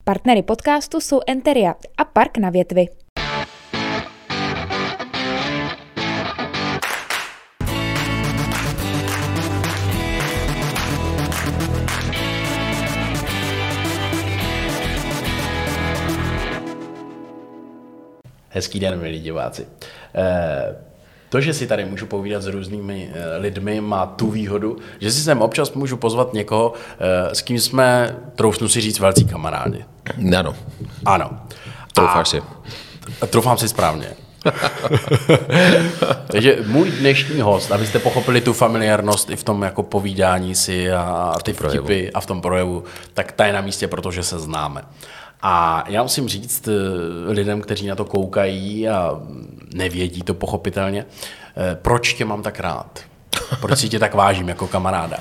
Partnery podcastu jsou Enteria a Park na Větvi. Hezký den, milí diváci. To, že si tady můžu povídat s různými lidmi, má tu výhodu, že si sem občas můžu pozvat někoho, s kým jsme, troufnu si říct, velcí kamarádi. Ano. Ano. Troufáš si. Troufám si správně. Takže můj dnešní host, abyste pochopili tu familiárnost i v tom jako povídání si a ty vtipy a v tom projevu, tak ta je na místě, protože se známe. A já musím říct lidem, kteří na to koukají a nevědí to pochopitelně, proč tě mám tak rád. Proč si tě tak vážím jako kamaráda.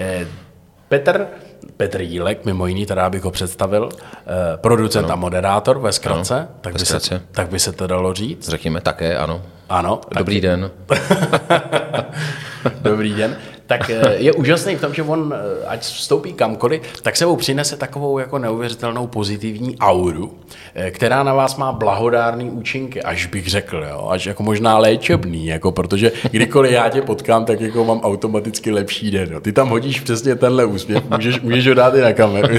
Petr Jílek, mimo jiný, teda bych ho představil, producent a moderátor ve zkratce, ano, tak by se to dalo říct. Řekněme také, ano. Ano. Dobrý den. Dobrý den. Tak je úžasný v tom, že on, ať vstoupí kamkoliv, tak sebou přinese takovou jako neuvěřitelnou pozitivní auru, která na vás má blahodárný účinky, až bych řekl, jo, až jako možná léčebný, jako protože kdykoliv já tě potkám, tak jako mám automaticky lepší den. Jo. Ty tam hodíš přesně tenhle úsměv, můžeš ho dát i na kameru.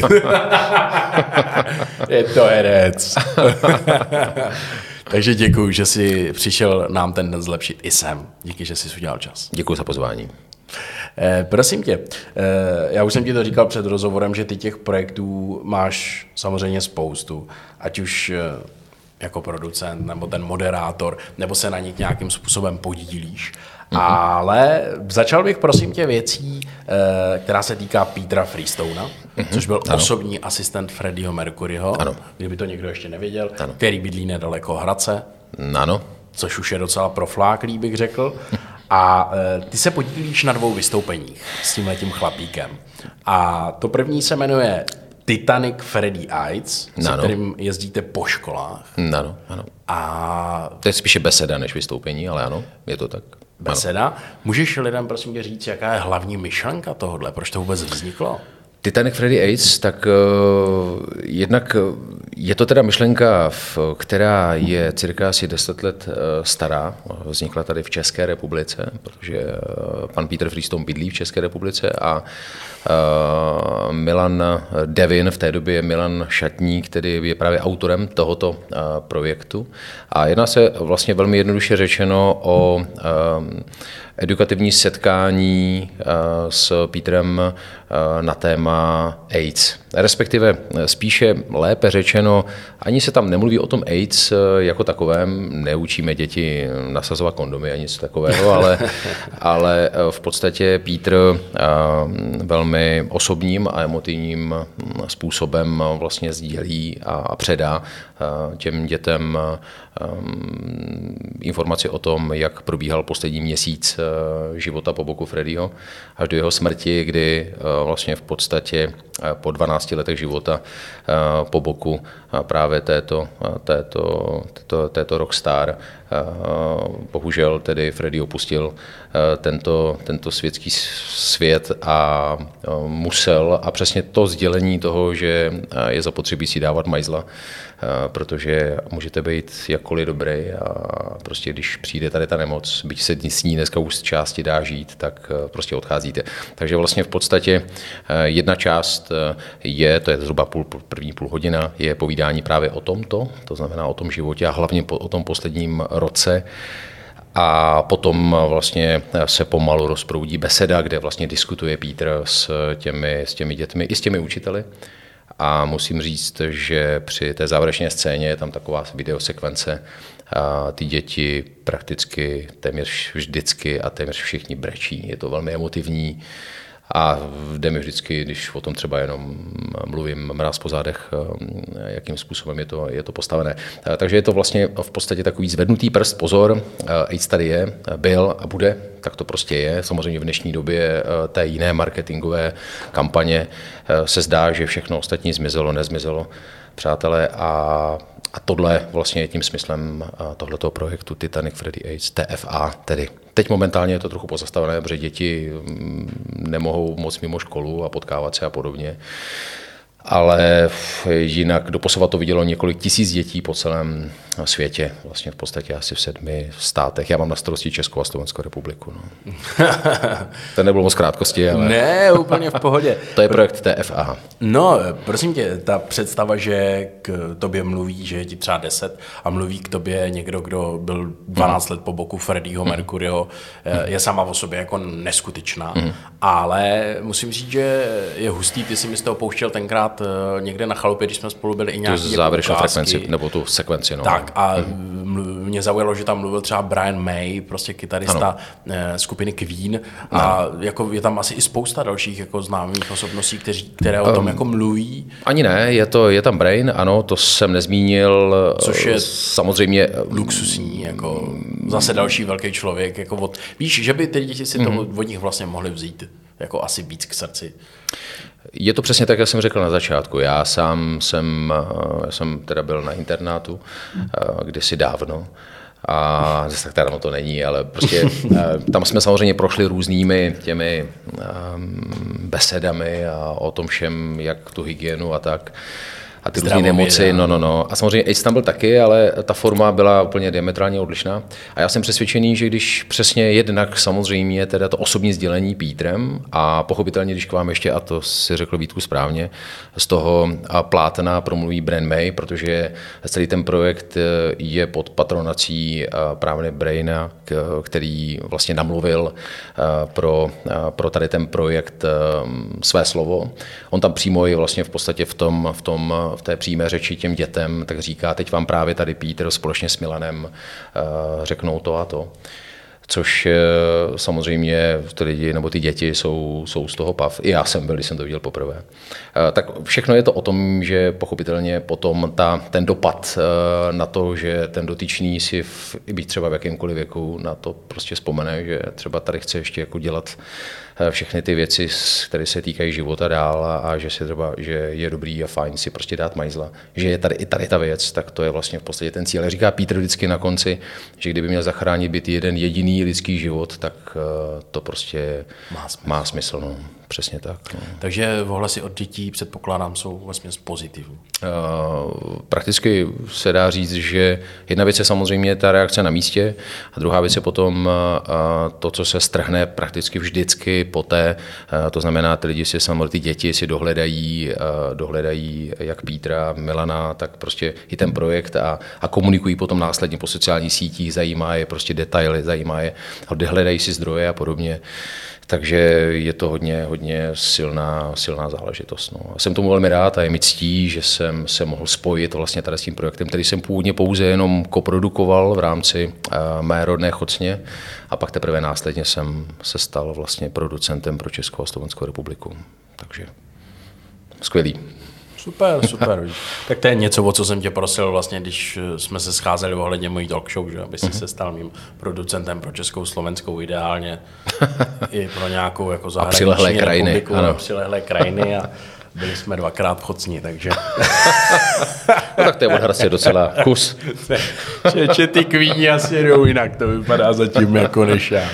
Je to herec. Takže děkuji, že jsi přišel nám ten den zlepšit i sem. Díky, že jsi udělal čas. Děkuji za pozvání. Prosím tě, já už jsem ti to říkal před rozhovorem, že ty těch projektů máš samozřejmě spoustu, ať už jako producent, nebo ten moderátor, nebo se na nich nějakým způsobem podílíš. Ale začal bych, prosím tě, věcí, která se týká Petera Freestona, což byl osobní asistent Freddieho Mercuryho, kdyby to někdo ještě nevěděl, který bydlí nedaleko Hradce, což už je docela profláklý, bych řekl. A ty se podílíš na 2 vystoupeních s tímhletím chlapíkem. A to první se jmenuje Titanic Freddy Ides, se kterým jezdíte po školách. Ano. A to je spíše beseda než vystoupení, ale ano, je to tak. Beseda. Ano. Můžeš lidem, prosím tě, říct, jaká je hlavní myšlenka tohohle? Proč to vůbec vzniklo? Titanic Freddy Ides, tak jednak je to teda myšlenka, která je cirka asi 10 let stará. Vznikla tady v České republice, protože pan Peter Freestone bydlí v České republice a Milan Devin, v té době Milan Šatník, který je právě autorem tohoto projektu. A jedná se vlastně velmi jednoduše řečeno o edukativní setkání s Petrem na téma AIDS. Respektive spíše lépe řečeno, ani se tam nemluví o tom AIDS jako takovém, neučíme děti nasazovat kondomy a nic takového, ale v podstatě Petr velmi osobním a emotivním způsobem vlastně sdílí a předá těm dětem informaci o tom, jak probíhal poslední měsíc života po boku Freddyho až do jeho smrti, kdy vlastně v podstatě po 12 letech života po boku právě této rockstar bohužel tedy Freddy opustil tento světský svět a musel, a přesně to sdělení toho, že je zapotřebí si dávat majzla, protože můžete být jakkoliv dobrý a prostě když přijde tady ta nemoc, byť se s ní dneska už z části dá žít, tak prostě odcházíte. Takže vlastně v podstatě jedna část to je zhruba první půl hodina, je povídání právě o tomto, to znamená o tom životě a hlavně o tom posledním roce. A potom vlastně se pomalu rozproudí beseda, kde vlastně diskutuje Petr s těmi dětmi i s těmi učiteli. A musím říct, že při té závěrečné scéně je tam taková videosekvence a ty děti prakticky téměř vždycky a téměř všichni brečí. Je to velmi emotivní a jde mi vždycky, když o tom třeba jenom mluvím, mráz po zádech, jakým způsobem je to postavené. Takže je to vlastně v podstatě takový zvednutý prst, pozor, AIDS tady je, byl a bude, tak to prostě je. Samozřejmě v dnešní době té jiné marketingové kampaně se zdá, že všechno ostatní zmizelo, nezmizelo, přátelé, a tohle vlastně je tím smyslem tohletoho projektu Titanic Freddy AIDS, TFA tedy. Teď momentálně je to trochu pozastavené, protože děti nemohou moc mimo školu a potkávat se a podobně. Ale jinak doposavad to vidělo několik tisíc dětí po celém světě, vlastně v podstatě asi v 7 státech. Já mám na starosti Českou a Slovenskou republiku. No. To nebylo moc krátkosti, ale... Ne, úplně v pohodě. To je projekt TFA. No, prosím tě, ta představa, že k tobě mluví, že je ti třeba 10 a mluví k tobě někdo, kdo byl 12 let po boku Freddieho Mercuryho, je sama o sobě jako neskutečná. Ale musím říct, že je hustý, ty jsi mi z toho pouštěl tenkrát někde na chalupě, když jsme spolu byli i nějaký tu závěrečnou frekvenci, nebo tu sekvenci. No. Tak a mě zaujalo, že tam mluvil třeba Brian May, prostě kytarista skupiny Queen a jako je tam asi i spousta dalších jako známých osobností, které o tom jako mluví. Ani ne, je tam Brain, ano, to jsem nezmínil. Což je samozřejmě luxusní, jako zase další velký člověk. Jako víš, že by ty děti si to od nich vlastně mohli vzít jako asi víc k srdci. Je to přesně tak, jak jsem řekl na začátku. Já sám jsem teda byl na internátu kdysi dávno. A zase tak dávno to není, ale prostě tam jsme samozřejmě prošli různými těmi besedami a o tom všem, jak tu hygienu a tak. A ty různé nemoci, no. A samozřejmě AIDS tam byl taky, ale ta forma byla úplně diametrálně odlišná. A já jsem přesvědčený, že když přesně jednak samozřejmě teda to osobní sdělení Petrem a pochopitelně, když k vám ještě, a to si řekl Vítku správně, z toho plátna promluví Brian May, protože celý ten projekt je pod patronací právě Braina, který vlastně namluvil pro tady ten projekt své slovo. On tam přímo je vlastně v podstatě v té přímé řeči těm dětem, tak říká, teď vám právě tady Peter společně s Milanem řeknou to a to. Což samozřejmě ty lidi nebo ty děti jsou z toho pav. I já jsem byl, když jsem to viděl poprvé. Tak všechno je to o tom, že pochopitelně potom ten dopad na to, že ten dotyčný si být třeba v jakémkoliv věku na to prostě vzpomene, že třeba tady chce ještě jako dělat všechny ty věci, které se týkají života dál a že si třeba, že je dobrý a fajn si prostě dát majzla. Že je tady i tady ta věc, tak to je vlastně v podstatě ten cíl. Říká Peter vždycky na konci, že kdyby měl zachránit být jeden jediný lidský život, tak to prostě má smysl. No. Přesně tak. No. Takže ohlasy od dětí, předpokládám, jsou vlastně pozitivní. Prakticky se dá říct, že jedna věc je samozřejmě ta reakce na místě a druhá věc je potom to, co se strhne prakticky vždycky poté. To znamená, ty lidi si samozřejmě, ty děti si dohledají jak Petra, Milana, tak prostě i ten projekt a komunikují potom následně po sociálních sítích, zajímá je prostě detaily, zajímá je, hledají si zdroje a podobně. Takže je to hodně silná záležitost. No. Jsem tomu velmi rád a je mi ctí, že jsem se mohl spojit vlastně tady s tím projektem, který jsem původně pouze jenom koprodukoval v rámci mé rodné Chocně a pak teprve následně jsem se stal vlastně producentem pro Českou a Slovenskou republiku. Takže skvělý. Super. Tak to je něco, o co jsem tě prosil vlastně, když jsme se scházeli ohledně mojí talk show, že aby si se stal mým producentem pro Českou, Slovenskou ideálně i pro nějakou jako zahraniční republiku a přilehlé krajiny a byli jsme 2krát v Chocni, takže... No tak to je od Hradce docela kus. Že ty Queeni asi jdou jinak, to vypadá zatím jako než já.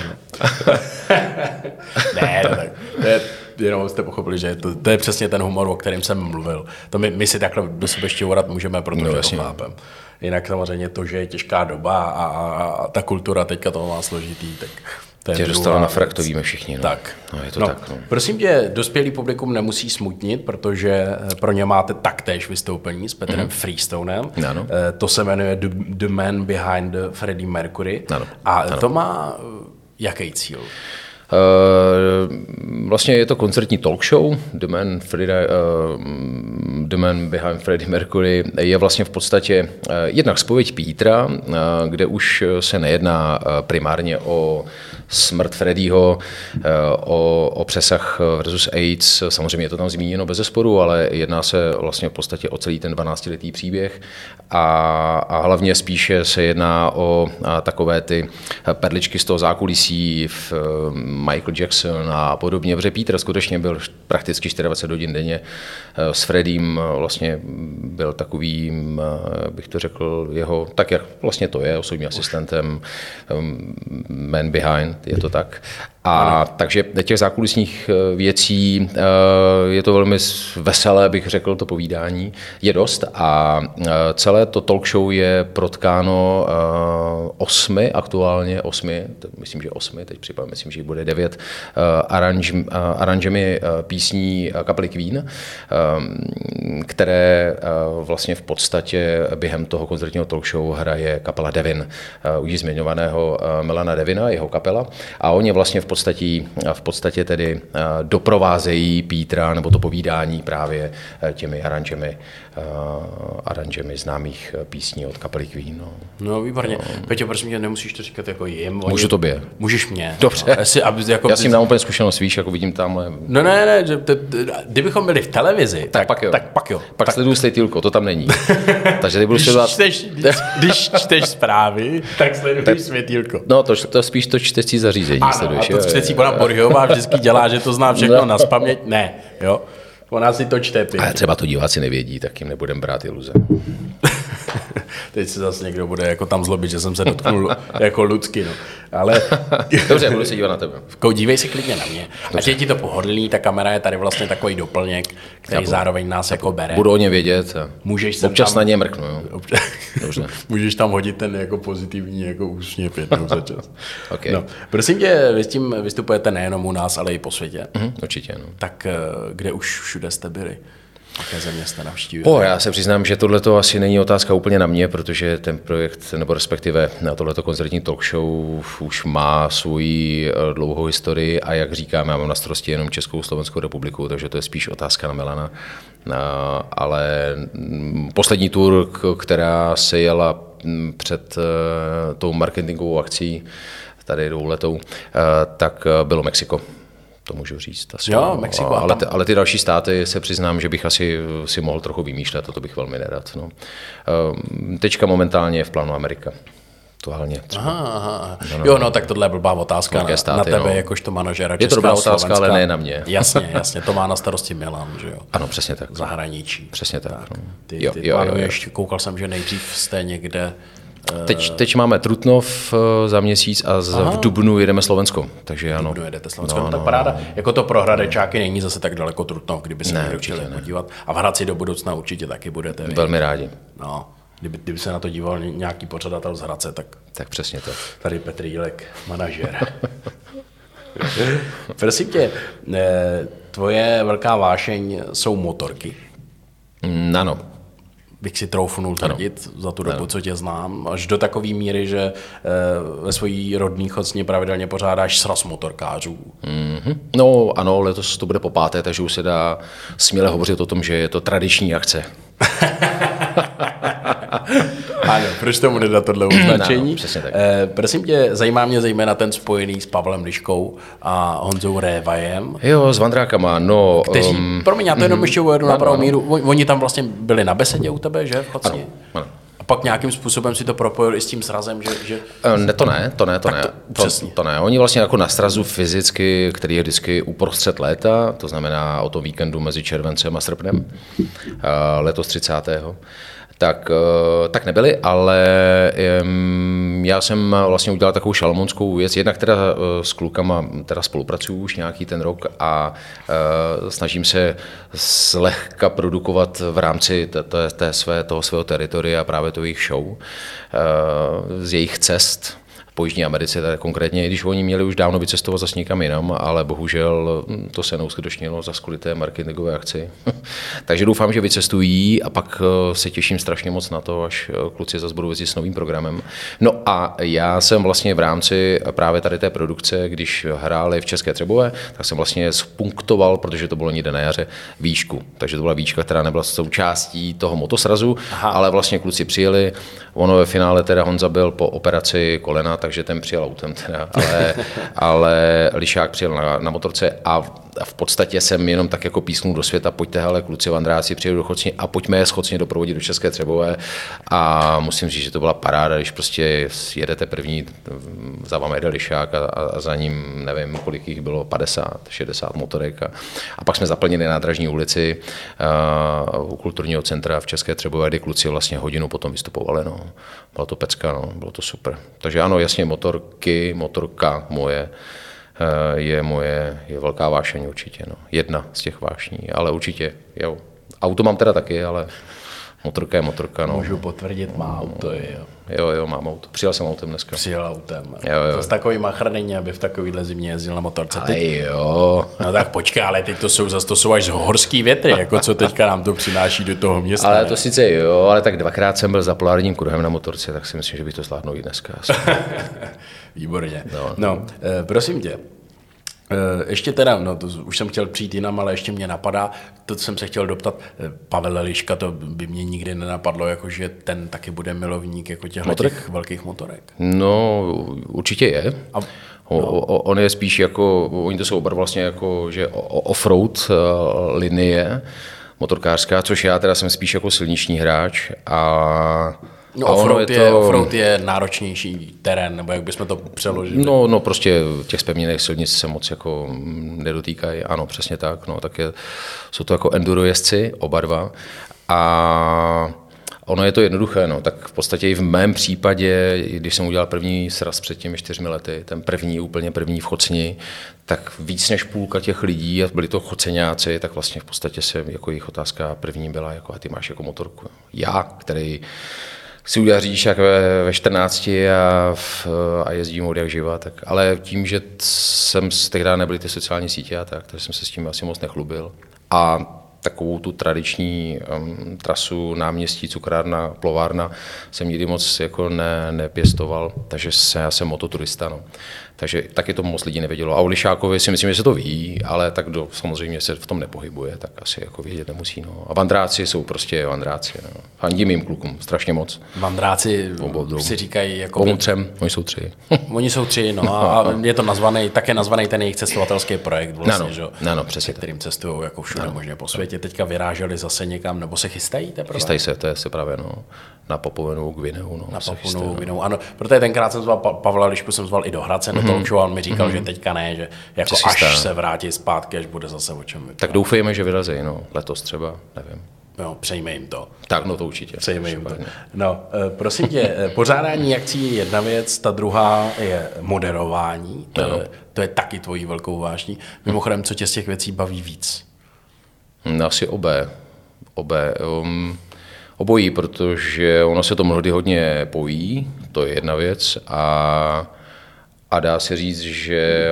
Ne, tak to je... Jenom jste pochopili, že to je přesně ten humor, o kterém jsem mluvil. To my si takhle do sebe štěvorat můžeme, protože to chápem. Jinak samozřejmě to, že je těžká doba a ta kultura teďka toho má složitý, tak to je tě dostala na frak, to víme všichni. No. Tak. No, je to tak. No. Prosím tě, dospělý publikum nemusí smutnit, protože pro ně máte taktéž vystoupení s Petrem Freestonem. Ano. To se jmenuje The Man Behind Freddie Mercury. Ano. To má jaký cíl? Vlastně je to koncertní talk show. The Man Behind Freddie Mercury je vlastně v podstatě jednak zpověď Petra, kde už se nejedná primárně o smrt Freddieho, o přesah versus AIDS. Samozřejmě je to tam zmíněno bezesporu, ale jedná se vlastně v podstatě o celý ten 12letý příběh a hlavně spíše se jedná o takové ty perličky z toho zákulisí v Michael Jackson a podobně, protože Peter skutečně byl prakticky 24 hodin denně s Freddiem, vlastně byl takovým, bych to řekl, jeho, tak jak vlastně to je, osobním asistentem, man behind, je to tak. A takže těch zákulisních věcí je to velmi veselé, bych řekl, to povídání, je dost a celé to talk show je protkáno 8, myslím, že 8, teď připadám, myslím, že bude 9 aranžemi písní kapely Queen, které vlastně v podstatě během toho koncertního talk show hraje kapela Devin, už zmiňovaného Melana Devina, jeho kapela, a oni vlastně v podstatě tedy doprovázejí Petra nebo to povídání právě těmi aranžemi známých písní od kapely Queen. No výborně. Peťo, prosím tě, nemusíš to říkat jako jim. Můžu tobě. Můžeš mě. Dobře. No, Já si jim dám úplně zkušenost, víš, jako vidím tamhle. No ne, kdybychom byli v televizi, tak pak jo. Pak sleduju Světýlko, to tam není. Takže budu sledovat. Když čteš zprávy, tak sleduješ Světýlko. No, to spíš to čtecí zařízení sleduješ. A to čtecí pana Borhyová vždycky dělá, že to zná všechno nazpaměť. Ne, jo. Ona si to čte. Ale třeba to diváci nevědí, tak jim nebudem brát iluze. Teď se zase někdo bude jako tam zlobit, že jsem se dotknul jako Lucky, no. Ale... Dobře, budu se dívat na tebe. Dívej se klidně na mě. Ať je ti to pohodlný, ta kamera je tady vlastně takový doplněk, který zároveň nás jako bere. Budu o ně vědět. Občas na ně mrknu. Jo. Dobře. Můžeš tam hodit ten jako pozitivní jako úsměv jednou za čas. Okay. No, prosím tě, vy s tím vystupujete nejenom u nás, ale i po světě. Určitě. No. Tak kde už všude jste byli? Jaké země jste navštívili? Já se přiznám, že tohleto asi není otázka úplně na mě, protože ten projekt, nebo respektive na tohleto koncertní talk show už má svoji dlouhou historii a jak říkám, já mám na starosti jenom Českou Slovenskou republiku, takže to je spíš otázka na Melana. Ale poslední tour, která se jela před tou marketingovou akcí, tady 2letou, tak bylo Mexiko. To můžu říct. Asi. Jo, Mexiko. Ale ty další státy se přiznám, že bych asi si mohl trochu vymýšlet a to bych velmi nerad. No. Teďka momentálně je v plánu Amerika. Aktuálně. Aha. Jo, no tak tohle je blbá otázka státy, na tebe, jakožto manažera Česká, je to dobrá otázka, Slovenska. ale ne na mě. Jasně, to má na starosti Milan, že jo? Ano, přesně tak. Zahraničí. Přesně tak. Ty plánuješ, koukal jsem, že nejdřív jste někde... Teď máme Trutnov za měsíc a v dubnu jedeme Slovensko, takže ano. V dubnu jedete Slovensko, no, tak paráda. Jako to pro Hradečáky není zase tak daleko Trutnov, kdyby se někdo chtěl podívat. A v Hradci do budoucna určitě taky budete. Velmi rádi. No, kdyby se na to díval nějaký pořadatel z Hradce, tak přesně to. Tady Petr Jílek, manažer. Prosím tě, tvoje velká vášeň jsou motorky. Ano. Bych si troufnul tvrdit za tu dobu, co tě znám, až do takové míry, že ve svojí rodný Chocni pravidelně pořádáš sraz motorkářů. No ano, letos to bude po 5., takže už se dá směle hovořit o tom, že je to tradiční akce. Ano, proč tomu nedat tohle označení? No, přesně tak. Prosím tě, zajímá mě zejména ten spojený s Pavlem Liškou a Honzou Révajem. Jo, s Vandrákama, no. Promiň, já to jenom ještě uvedu na pravou míru. Oni tam vlastně byli na besedě u tebe, že, v Chocni? Ano. A pak nějakým způsobem si to propojil i s tím srazem, že... To ne. Oni vlastně jako na srazu fyzicky, který je vždycky uprostřed léta, to znamená o tom víkendu mezi červencem a srpnem, letos 30. Tak nebyli, ale já jsem vlastně udělal takovou šalomonskou věc, jednak teda s klukama teda spolupracuju už nějaký ten rok a snažím se zlehka produkovat v rámci toho svého teritoria právě to jejich show, z jejich cest po Jižní Americe, teda konkrétně, i když oni měli už dávno vycestovat zase někam jinam, ale bohužel to se neuskutečnilo za kvůli té marketingové akci. Takže doufám, že vycestují a pak se těším strašně moc na to, až kluci zase budou jezdit s novým programem. No a já jsem vlastně v rámci právě tady té produkce, když hráli v České Třebové, tak jsem vlastně spunktoval, protože to bylo někde na jaře, výšku. Takže to byla výška, která nebyla součástí toho motosrazu, ale vlastně kluci přijeli. Ono ve finále teda Honza byl po operaci kolena, takže ten přijel autem teda, ale Lišák přijel na motorce a v podstatě jsem jenom tak jako písknul do světa, pojďte, hele, kluci Vandráci přijedou do Chocni a pojďme je z Chocně doprovodit do České Třebové a musím říct, že to byla paráda, když prostě jedete první, za vámi jede Lišák a za ním, nevím, kolik jich bylo, 50, 60 motorek a pak jsme zaplnili nádražní ulici u kulturního centra v České Třebové, kdy kluci vlastně hodinu potom vystupovali, no. Byla to pecka, no, bylo to super. Takže ano, jasně, motorka moje, je velká vášeň určitě. No. Jedna z těch vášní, ale určitě, jo. Auto mám teda taky, ale motorka je motorka. No. Můžu potvrdit, má auto, jo. Jo, mám auto. Přijel jsem autem dneska. Přijel autem. Jo. To s takovým machrnení, aby v takovýhle zimě jezdil na motorce. Jo. No tak počkej, ale teď to jsou až horský větry, jako co teďka nám to přináší do toho města. Ale to sice jo, ale tak dvakrát jsem byl za polárním kruhem na motorce, tak si myslím, že bych to zvládnul i dneska. Výborně. No, prosím tě, ještě teda, no to už jsem chtěl přijít jinam, ale ještě mě napadá, to jsem se chtěl doptat, Pavel Eliška, to by mě nikdy nenapadlo, jakože ten taky bude milovník jako těch velkých motorek. No, určitě je. On je spíš jako, oni to jsou oba vlastně jako, že offroad linie motorkářská, což já teda jsem spíš jako silniční hráč a no, offroad je náročnější terén, nebo jak bychom to přeložili? No prostě těch zpevněných silnic se moc jako nedotýkají, ano, přesně tak, no, tak jsou to jako enduro jezdci, oba dva, a ono je to jednoduché, no, tak v podstatě i v mém případě, když jsem udělal první sraz před těmi 4 lety, ten úplně první v Chocni, tak víc než půlka těch lidí, a byli to choceňáci, tak vlastně v podstatě se jako jejich otázka první byla, jako a ty máš jako motorku. Já, který si udělal řidičák ve 14 a jezdím od jak živa, tak, ale tím, že jsem tehdy nebyly ty sociální sítě a tak, takže jsem se s tím asi moc nechlubil. A takovou tu tradiční trasu náměstí, cukrárna, plovárna jsem nikdy moc jako nepěstoval, takže já jsem mototurista. No. Takže taky to moc lidí nevědělo. A o Lišákovi si myslím, že se to ví, ale tak kdo samozřejmě se v tom nepohybuje, tak asi jako vědět nemusí. No. A vandráci jsou prostě vandráci. No. Fandím jim klukům strašně moc. Vandráci si říkají jako... Oni jsou 3. Oni jsou 3, no a je to také nazvaný ten jejich cestovatelský projekt vlastně, že? Ano, přesně. Kterým cestují jako všude možně po světě. Teďka vyráželi zase někam, nebo se chystají teprve? Chystají se, to je se právě, no, na Papuvu Novou Gvineu. No, na Papuvu Novou Gvineu, ano. Protože tenkrát jsem zval Pavla Lišku, jsem zval i do Hradce, do talk show, a on mi říkal, že teďka ne, že jako až se vrátí zpátky, až bude zase o čem vyprávět. Tak doufejme, že vyrazí, no, letos třeba, nevím. No, přejme jim to. Tak, no to určitě. Přejme jim to. No, prosím tě, pořádání akcí je jedna věc, ta druhá je moderování, to je taky tvojí velkou vášní. Mimochodem, co tě z těch věcí baví víc? Asi obojí, protože ono se to mnohdy hodně pojí, to je jedna věc, a dá se říct, že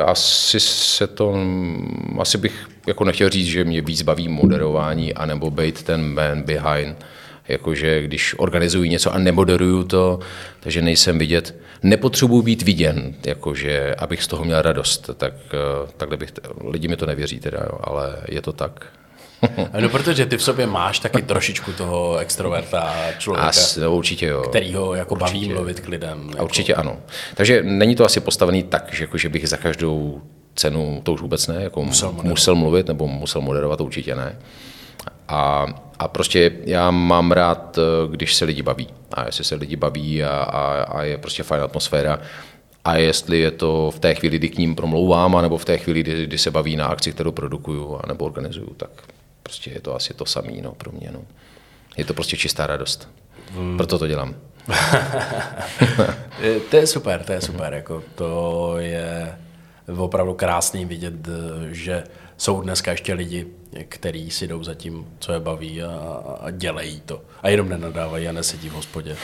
asi bych jako nechtěl říct, že mě víc baví moderování, anebo být ten man behind, jakože když organizuji něco a nemoderuju to, takže nejsem vidět, nepotřebuji být viděn, jakože abych z toho měl radost, tak takhle lidi mi to nevěří teda, jo, ale je to tak. No, protože ty v sobě máš taky trošičku toho extroverta člověka, určitě jo. Kterýho jako baví mluvit k lidem. Jako... Určitě ano. Takže není to asi postavený tak, že bych za každou cenu, to už vůbec ne, jako musel mluvit nebo musel moderovat, to určitě ne. A prostě já mám rád, když se lidi baví. A jestli se lidi baví a je prostě fajn atmosféra. A jestli je to v té chvíli, kdy k ním promlouvám, anebo v té chvíli, kdy se baví na akci, kterou produkuju anebo organizuju, tak prostě je to asi to samé, no, pro mě. No. Je to prostě čistá radost. Proto to dělám. To je super. Jako to je opravdu krásný vidět, že jsou dneska ještě lidi, kteří si jdou za tím, co je baví a dělají to. A jenom nenadávají a nesedí v hospodě.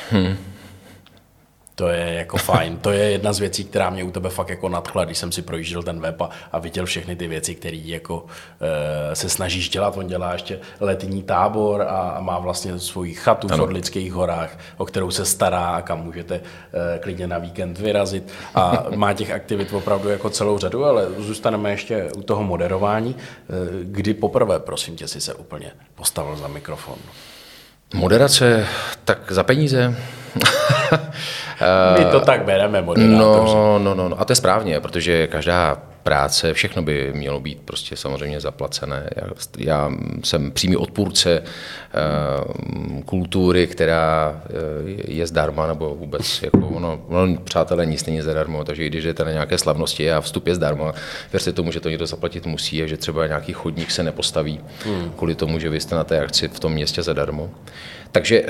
To je jako fajn. To je jedna z věcí, která mě u tebe fakt jako nadchla, když jsem si projížděl ten web a viděl všechny ty věci, které jako se snažíš dělat. On dělá ještě letní tábor a má vlastně svoji chatu v Orlických horách, o kterou se stará a kam můžete klidně na víkend vyrazit. A má těch aktivit opravdu jako celou řadu, ale zůstaneme ještě u toho moderování. Kdy poprvé, prosím tě, si se úplně postavil za mikrofon? Moderace, tak za peníze. My to tak bereme, moderátoři. No. A to je správně, protože každá práce, všechno by mělo být prostě samozřejmě zaplacené. Já jsem přímý odpůrce kultury, která je zdarma, nebo vůbec, jako přátelé, nic není zadarmo, takže i když jdete na nějaké slavnosti a vstup je zdarma, věřte tomu, že to někdo zaplatit musí a že třeba nějaký chodník se nepostaví kvůli tomu, že vy jste na té akci v tom městě zadarmo. Takže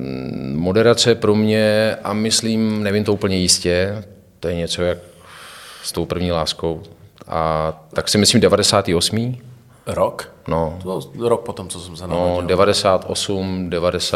moderace pro mě, a myslím, nevím to úplně jistě, to je něco jak s tou první láskou. A tak si myslím 98. Rok? No. To rok potom, co jsem se narodil. No, 98,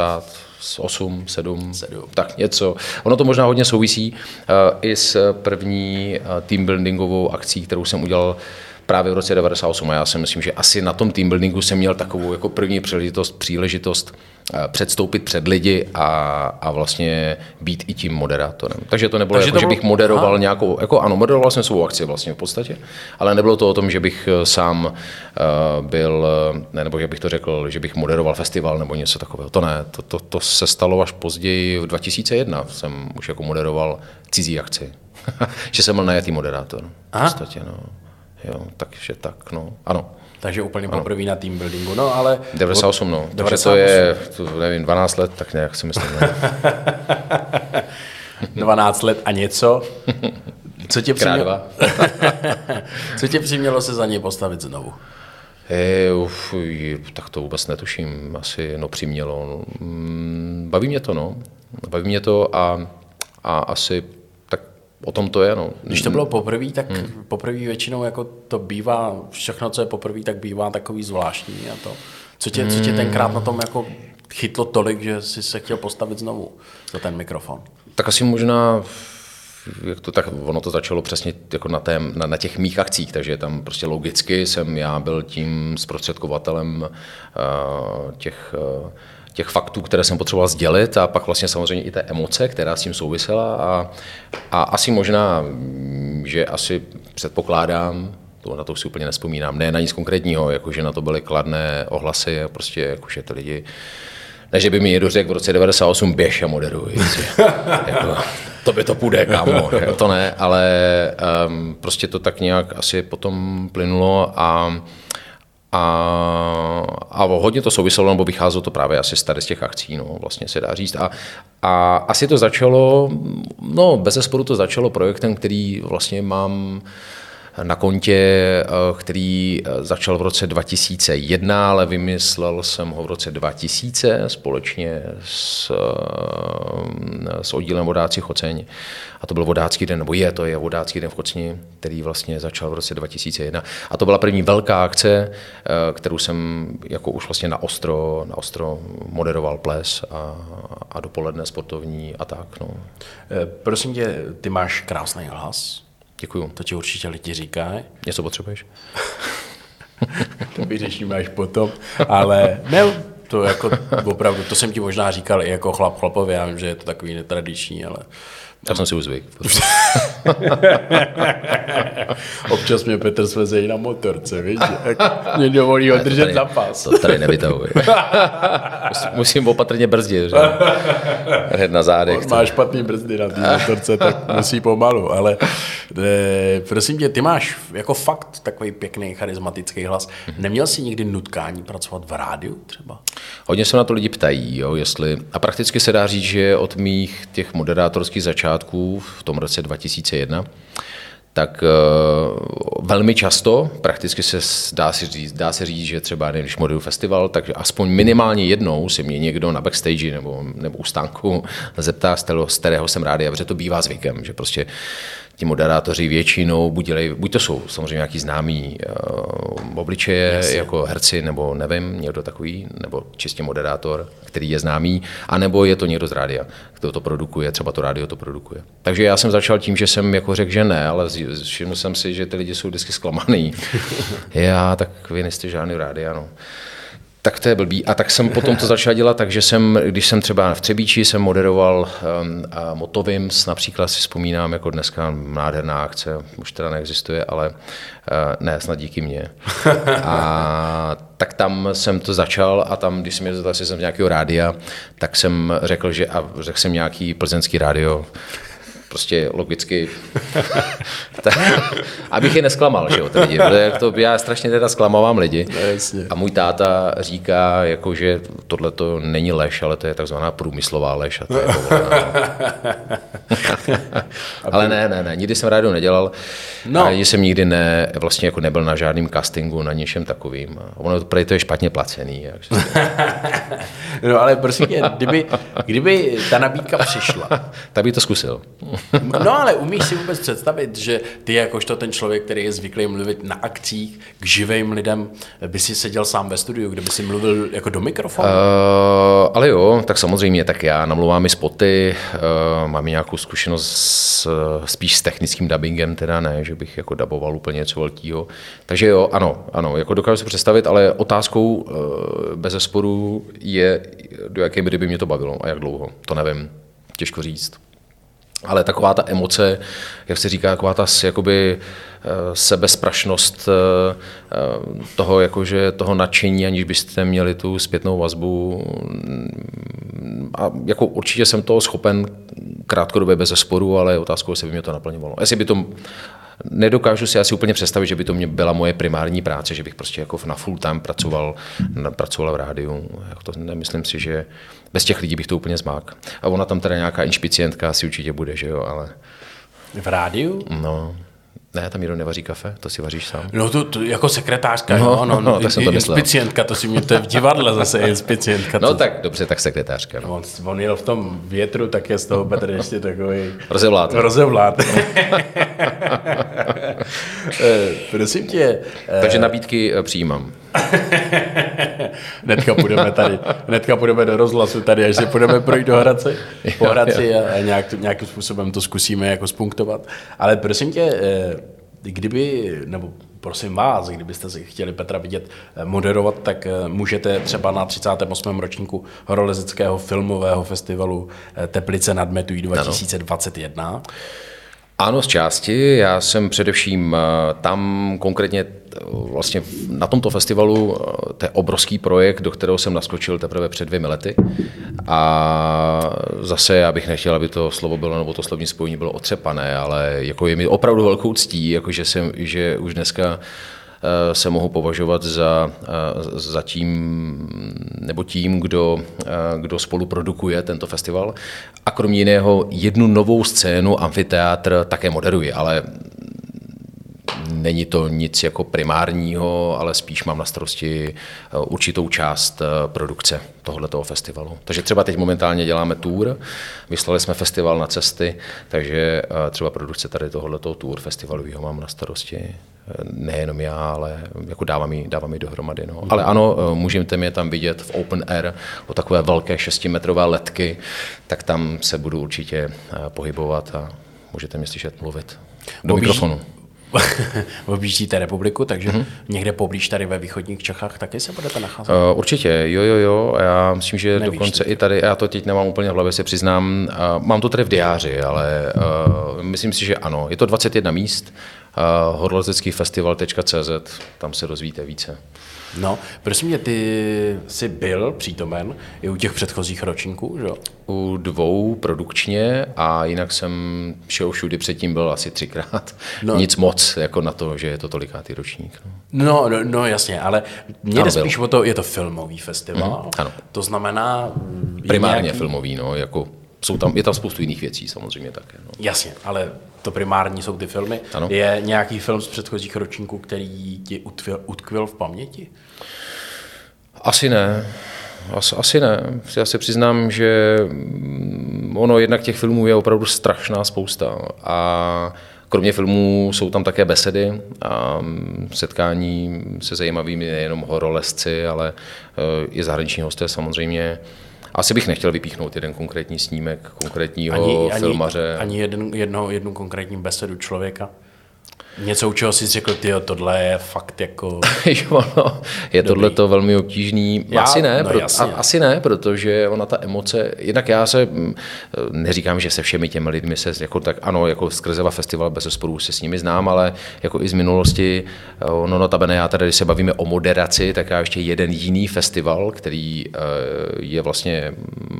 7, tak něco. Ono to možná hodně souvisí i s první team buildingovou akcí, kterou jsem udělal právě v roce 98. A já si myslím, že asi na tom team buildingu jsem měl takovou jako první příležitost předstoupit před lidi a vlastně být i tím moderátorem. Takže to nebylo jako, že bych moderoval nějakou, jako ano, moderoval jsem svou akci vlastně v podstatě, ale nebylo to o tom, že bych sám byl, nebo že bych to řekl, že bych moderoval festival nebo něco takového. To ne, to se stalo až později v 2001, jsem už jako moderoval cizí akci. Že jsem byl najatý moderátor v podstatě, no. Jo, takže tak, no, ano. Takže úplně poprvé na team buildingu, no ale... 98, no. 98. Takže to je, nevím, 12 let, tak nějak si myslím. Ne? 12 let a něco. Co tě přimělo se za něj postavit znovu? Tak to vůbec netuším. Asi přimělo. Baví mě to, no. Baví mě to a asi... O tom to je, no. Když to bylo poprvé, tak poprvé většinou jako to bývá, všechno, co je poprvé, tak bývá takový zvláštní a to. Co tě tenkrát na tom jako chytlo tolik, že jsi se chtěl postavit znovu za ten mikrofon? Tak asi možná, tak ono to začalo přesně jako na těch mých akcích, takže tam prostě logicky já byl tím zprostředkovatelem těch faktů, které jsem potřeboval sdělit a pak vlastně samozřejmě i té emoce, která s tím souvisela a asi možná, že asi předpokládám, na to si úplně nespomínám, ne na nic konkrétního, jakože na to byly kladné ohlasy a prostě jakože ty lidi, ne, že by mi někdo řekl v roce 98 běž a moderuj, jako, to by to půjde, kámo, to ne, ale prostě to tak nějak asi potom plynulo a hodně to souviselo, nebo vycházelo to právě asi z těch akcí, no, vlastně se dá říct. A asi to začalo, no, bezesporu to začalo projektem, který vlastně mám na kontě, který začal v roce 2001, ale vymyslel jsem ho v roce 2000 společně s oddílem Vodáci Choceň. A to byl Vodácký den, nebo to je Vodácký den v Chocni, který vlastně začal v roce 2001. A to byla první velká akce, kterou jsem jako už vlastně na ostro moderoval ples a dopoledne sportovní a tak. No. Prosím tě, ty máš krásný hlas. Děkuju. To ti určitě lidi říkají. Něco potřebuješ? To vyřešíme až potom, ale ne, to jako opravdu, to jsem ti možná říkal i jako chlapovi, já vím, že je to takový netradiční, ale... Já jsem si už zvyk. Občas mě Petr sveze i na motorce, víš? Mě dovolí ho držet za pas. To tady nevytahuji. Musím opatrně brzdit, že? Hned na zádech. Máš špatný brzdy na té motorce, tak musí pomalu, ale prosím tě, ty máš jako fakt takový pěkný, charismatický hlas. Neměl jsi nikdy nutkání pracovat v rádiu třeba? Hodně se na to lidi ptají, jo, jestli... A prakticky se dá říct, že od mých těch moderátorských začátků v tom roce 2001, tak velmi často, prakticky se dá se říct, že třeba když moderuju festival, tak aspoň minimálně jednou se mě někdo na backstage nebo u stánku zeptá, z kterého jsem rádia, protože to bývá zvykem, že prostě ti moderátoři většinou buď to jsou samozřejmě nějaký známí obličeje, jako herci, nebo nevím, někdo takový, nebo čistě moderátor, který je známý, anebo je to někdo z rádia, kdo to produkuje, třeba to rádio to produkuje. Takže já jsem začal tím, že jsem jako řekl, že ne, ale všiml jsem si, že ty lidi jsou vždycky zklamaný. Tak vy nejste žádný rádia, no. Tak to je blbý. A tak jsem potom to začal dělat, takže když jsem třeba v Třebíči jsem moderoval Motovims, například si vzpomínám, jako dneska nádherná akce, už teda neexistuje, ale ne, snad díky mně. A tak tam jsem to začal a tam, když jsem mě zeptal, jestli jsem z nějakého rádia, tak jsem řekl, řekl jsem nějaký plzeňský rádio, prostě logicky, abych je nesklamal, že jo, ty lidi, já strašně teda zklamávám lidi a můj táta říká, jako, že tohle to není lež, ale to je takzvaná průmyslová lež a to je povolená. Ale ne, nikdy jsem rádio nedělal, ani jsem nikdy vlastně jako nebyl na žádným castingu, na něčem takovým. Ono to je špatně placený. No ale prosím tě, kdyby ta nabídka přišla. Tak by to zkusil. No ale umíš si vůbec představit, že ty jakožto ten člověk, který je zvyklý mluvit na akcích k živým lidem, by si seděl sám ve studiu, kde by si mluvil jako do mikrofonu? Ale jo, tak samozřejmě, tak já namluvám i spoty, mám nějakou zkušenost spíš s technickým dubbingem, teda ne, že bych jako daboval úplně něco velkého. Takže jo, ano, jako dokážu si představit, ale otázkou bezesporu je, do jaké míry by mě to bavilo a jak dlouho, to nevím, těžko říct. Ale taková ta emoce, jak se říká, taková ta jakoby sebezprašnost toho, jakože toho nadšení, aniž byste měli tu zpětnou vazbu. A jako určitě jsem toho schopen krátkodobě bez zesporu, ale otázkou, jestli by mě to naplňovalo. Jestli by to nedokážu si asi úplně představit, že by to byla moje primární práce, že bych prostě jako na full time pracoval v rádiu. To nemyslím si, že bez těch lidí bych to úplně zmák. A ona tam teda nějaká inšpicientka asi určitě bude, že jo, ale... V rádiu? No, ne, tam někdo nevaří kafe, to si vaříš sám. No to jako sekretářka, no, tak jsem to myslel. Inspicientka, to si mě to je v divadle zase, inspicientka. No tak dobře, tak sekretářka. No. On jel v tom větru, tak je z toho Petr ještě takový... Rozevlát. Prosím tě... Takže nabídky přijímám. Hnedka půjdeme do rozhlasu tady, až se půjdeme projít do Hradce, po Hradci a nějakým způsobem to zkusíme jako spunktovat. Ale prosím tě, prosím vás, kdybyste si chtěli Petra vidět moderovat, tak můžete třeba na 38. ročníku Horolezeckého filmového festivalu Teplice nad Metují 2021. Ano, z části. Já jsem především tam konkrétně vlastně na tomto festivalu, to je obrovský projekt, do kterého jsem naskočil teprve před 2 lety. A zase já bych nechtěl, aby to slovo bylo, nebo to slovní spojení bylo otřepané, ale jako je mi opravdu velkou ctí, jakože že už dneska se mohu považovat za tím, nebo tím, kdo spolu produkuje tento festival. A kromě jiného jednu novou scénu, amfiteátr, také moderuji, ale není to nic jako primárního, ale spíš mám na starosti určitou část produkce tohoto festivalu. Takže třeba teď momentálně děláme tour, vyslali jsme festival na cesty, takže třeba produkce tady tohoto tour festivalového mám na starosti. Nejenom já, ale jako dávám ji dohromady. No. Ale ano, můžete mě tam vidět v open air o takové velké 6metrové letky, tak tam se budu určitě pohybovat a můžete mě slyšet mluvit do mikrofonu. Objíždíte republiku, takže někde poblíž tady ve východních Čechách taky se budete nacházet? Určitě, jo. Já myslím, že nevíš, dokonce i tady, já to teď nemám úplně v hlavě, se přiznám, mám to tady v diáři, ale myslím si, že ano. Je to 21 míst, horolezeckýfestival.cz, tam se dozvíte více. No, prosím mě, ty jsi byl přítomen i u těch předchozích ročníků, že jo? U 2 produkčně a jinak jsem šel všudy, předtím byl asi 3krát. No. Nic moc, jako na to, že je to tolikátý ročník. No jasně, ale mě jde spíš o to, je to filmový festival. Ano. To znamená... Primárně filmový, no, jako je tam spoustu jiných věcí samozřejmě také. No. Jasně, ale to primární jsou ty filmy. Ano. Je nějaký film z předchozích ročníků, který ti utkvěl v paměti? Asi ne. Já se přiznám, že jednak těch filmů je opravdu strašná spousta. A kromě filmů jsou tam také besedy a setkání se zajímavými nejenom horolezci, ale i zahraniční hosté samozřejmě. Asi bych nechtěl vypíchnout jeden konkrétní snímek konkrétního filmaře. Ani jednu konkrétní besedu člověka? Něco, u čeho jsi řekl, tyjo, tohle je fakt jako... Je tohleto velmi obtížný. Asi ne, protože ona ta emoce, jednak já se, neříkám, že se všemi těmi lidmi se, jako tak ano, jako skrze festival bezesporu se s nimi znám, ale jako i z minulosti, notabene já tady, když se bavíme o moderaci, tak já ještě jeden jiný festival, který je vlastně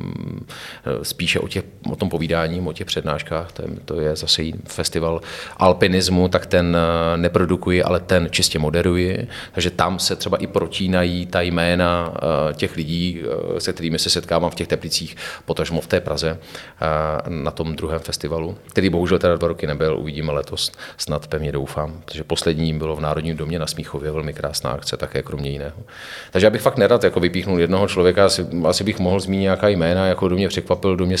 spíše o tom povídání, o těch přednáškách, to je zase festival alpinismu, tak ten neprodukuji, ale ten čistě moderuji, takže tam se třeba i protínají ta jména těch lidí, se kterými se setkávám v těch Teplicích, potažmo v té Praze na tom druhém festivalu, který bohužel teda 2 roky nebyl, uvidíme letos, snad pevně doufám, protože poslední bylo v Národním domě na Smíchově, velmi krásná akce, také kromě jiného. Takže já bych fakt nerad jako vypíchnul jednoho člověka, asi bych mohl zmínit nějaká jména, jako kdo mě překvapil, kdo mě zklamal,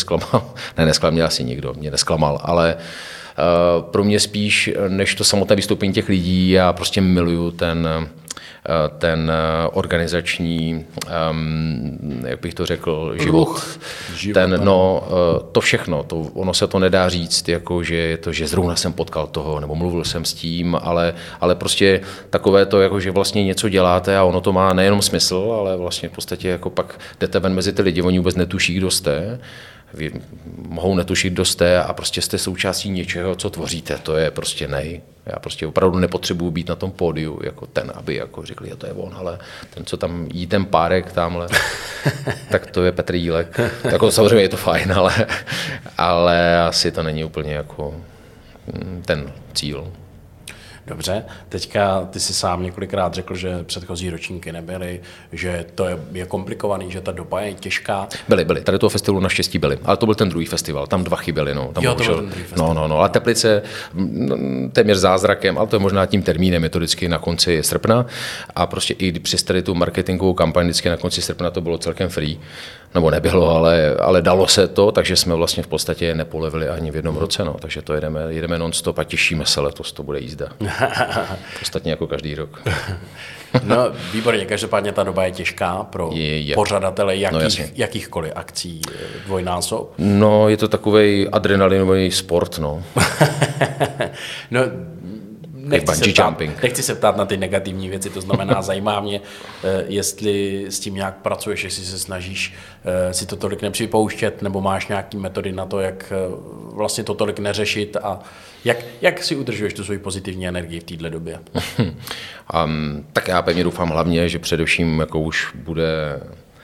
nesklamal mě asi nikdo, mě nesklamal, ale pro mě spíš, než to samotné vystoupení těch lidí, já prostě miluju ten organizační, jak bych to řekl, život. To všechno, ono se to nedá říct, jako, že zrovna jsem potkal toho, nebo mluvil jsem s tím, ale prostě takové to, jako, že vlastně něco děláte a ono to má nejenom smysl, ale vlastně v podstatě jako pak jdete ven mezi ty lidi, oni vůbec netuší, kdo jste. Vy mohou netušit, kdo jste a prostě jste součástí něčeho, co tvoříte. To je prostě Já prostě opravdu nepotřebuji být na tom pódiu jako ten, aby jako řekli, to je on, ale ten, co tam jí ten párek tamhle, tak to je Petr Jílek. Jako samozřejmě je to fajn, ale asi to není úplně jako ten cíl. Dobře, teďka ty si sám několikrát řekl, že předchozí ročníky nebyly, že to je komplikovaný, že ta doba je těžká. Byly. Tady toho festivalu naštěstí byly, ale to byl ten druhý festival, tam 2 chyběly. No. Tam to byl ten druhý festival. No, ale Teplice téměř zázrakem, ale to je možná tím termínem, je to vždycky na konci srpna a prostě i přes tady tu marketingovou kampaň vždycky na konci srpna to bylo celkem free, nebo nebylo, ale dalo se to, takže jsme vlastně v podstatě nepolevili ani v jednom roce, no. Takže to jedeme non-stop a těšíme se, letos to bude jízda. Ostatně jako každý rok. No, výborně, každopádně ta doba je těžká pro pořadatele jakýchkoliv akcí dvojnásob. No, je to takovej adrenalinový sport, no. No, nechci se ptát na ty negativní věci, to znamená, zajímá mě, jestli s tím nějak pracuješ, jestli se snažíš si to tolik nepřipouštět, nebo máš nějaký metody na to, jak vlastně to tolik neřešit a jak si udržuješ tu svoji pozitivní energii v této době? Tak já pevně doufám hlavně, že především jako už bude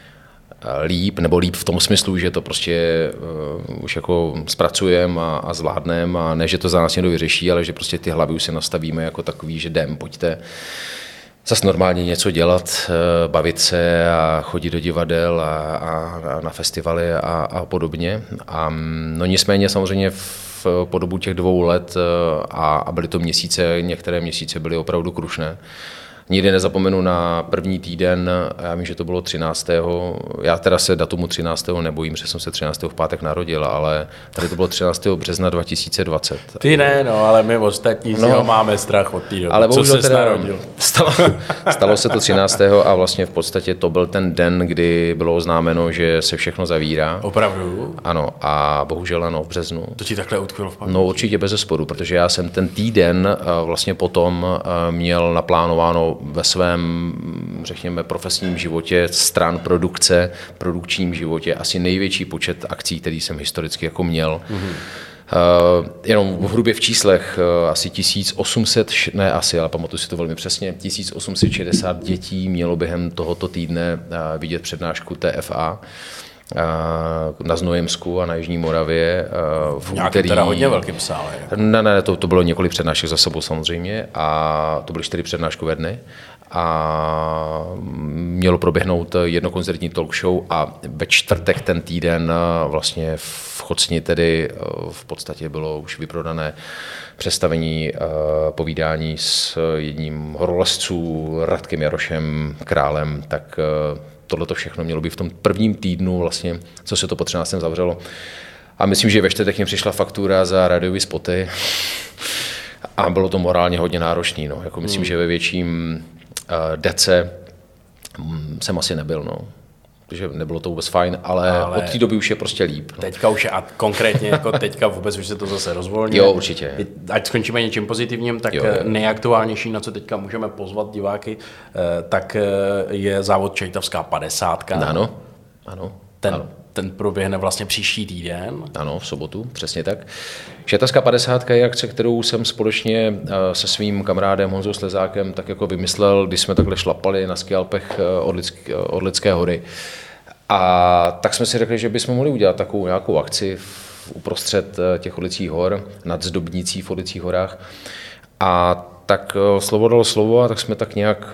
líp, nebo líp v tom smyslu, že to prostě už jako zpracujeme a zvládneme a ne, že to za nás někdo vyřeší, ale že prostě ty hlavy už si nastavíme jako takový, že pojďte zase normálně něco dělat, bavit se a chodit do divadel a na festivaly a podobně. No nicméně samozřejmě po dobu těch 2 let a byly to měsíce, některé měsíce byly opravdu krušné. Nikdy nezapomenu na první týden, já vím, že to bylo 13. Já teda se datumu 13. nebojím, že jsem se 13. v pátek narodil, ale tady to bylo 13. března 2020. Ty ne, no, ale my ostatní si ho máme strach od té doby. Ale co se narodil? Stalo se to 13. a vlastně v podstatě to byl ten den, kdy bylo oznámeno, že se všechno zavírá. Opravdu? Ano, a bohužel ano, v březnu. To ti takhle utkvělo v paměti? No určitě bezesporu, protože já jsem ten týden vlastně potom měl naplánováno ve svém, řekněme, profesním životě, stran produkce, produkčním životě asi největší počet akcí, který jsem historicky jako měl. Jenom v hrubě v číslech asi 1800, ne asi, ale pamatuju si to velmi přesně, 1860 dětí mělo během tohoto týdne vidět přednášku TFA na Znojemsku a na Jižní Moravě v úterý. Teda hodně velkým sále. Ne, to bylo několik přednášek za sebou samozřejmě a to byly 4 přednáškové dny a mělo proběhnout jedno koncertní talk show a ve čtvrtek ten týden vlastně v Chocni tedy v podstatě bylo už vyprodané představení povídání s jedním horolezců Radkem Jarošem Králem, tak tohleto všechno mělo být v tom prvním týdnu, vlastně, co se to po 13. zavřelo. A myslím, že ve čtvrtek mi přišla faktura za rádiové spoty a bylo to morálně hodně náročný. No. Jako myslím, že ve větším dece jsem asi nebyl. No. Takže nebylo to vůbec fajn, ale od té doby už je prostě líp. No. Teďka už je, a konkrétně jako teďka vůbec už se to zase rozvolňuje. Jo, určitě. Ať skončíme něčím pozitivním, tak nejaktuálnější, na co teďka můžeme pozvat diváky, tak je závod Čejtavská 50. Ano. Ten proběhne vlastně příští týden. Ano, v sobotu, přesně tak. Čejtavská 50 je akce, kterou jsem společně se svým kamarádem Honzou Slezákem tak jako vymyslel, když jsme takhle šlapali na skialpech od Lidské hory. A tak jsme si řekli, že bychom mohli udělat takovou nějakou akci uprostřed těch Orlických hor, nad Zdobnicí v Orlických horách. A tak slovo dalo slovo a tak jsme tak nějak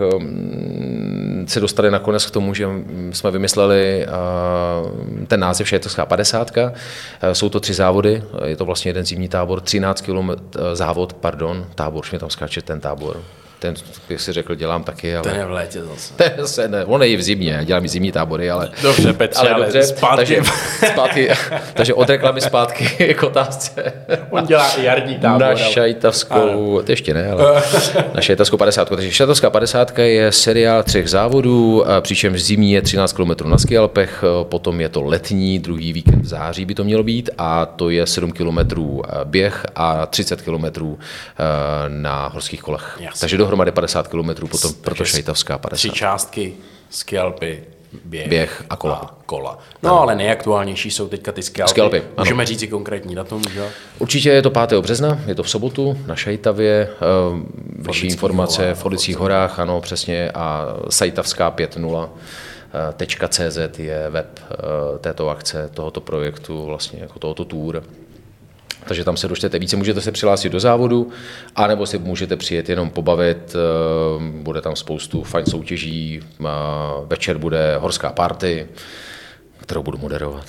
se dostali nakonec k tomu, že jsme vymysleli ten název Čejtavská 50. Jsou to 3 závody, je to vlastně jeden zimní tábor, 13 km tábor, už mi tam skáče ten tábor. ten, jak jsi řekl, dělám taky, ale... Ten je v létě zase. Ten se ne, on je i v zimě, dělám i zimní tábory, ale... Dobře, Petře, ale dobře, zpátky. Takže od reklamy zpátky k otázce. On dělá i jarní tábor. Na Šajtavskou, to ještě ne, ale na Šajtavskou 50. Takže Šajtavská 50 je seriál 3 závodů, přičemž zimní je 13 km na skialpech, potom je to letní, druhý víkend v září by to mělo být a to je 7 km běh a 30 km na horských kolech. Jasně. Takže dohromady 50 km potom, proto Šajtavská 50. 3 částky, skialpy, běh a kola. No, ale nejaktuálnější jsou teďka ty skialpy. Můžeme říct si konkrétní datum, že? Určitě je to 5. března, je to v sobotu na Šajtavě, vyšší informace v Orlických horách, ano, přesně, a sajtavská50.cz je web této akce, tohoto projektu, vlastně jako tohoto tour. Takže tam se dočtete více, můžete se přihlásit do závodu, anebo si můžete přijet jenom pobavit, bude tam spoustu fajn soutěží, večer bude horská party, kterou budu moderovat.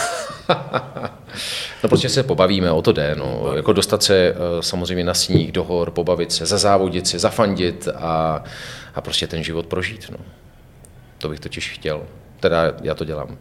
No prostě se pobavíme, o to jde, no. Jako dostat se samozřejmě na sníh, do hor, pobavit se, zazávodit se, zafandit a prostě ten život prožít, no. To bych totiž chtěl. Teda já to dělám.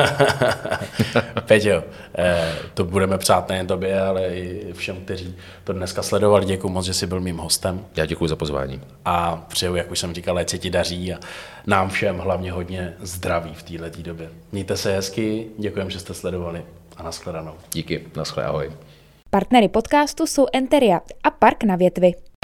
Peťo, to budeme přát nejen tobě, ale i všem, kteří to dneska sledovali. Děkuji moc, že jsi byl mým hostem. Já děkuji za pozvání. A přeju, jak už jsem říkal, ať se ti daří a nám všem hlavně hodně zdraví v této době. Mějte se hezky, děkujem, že jste sledovali a nashledanou. Díky, naschle, ahoj. Partnery podcastu jsou Enteria a Park na Větvi.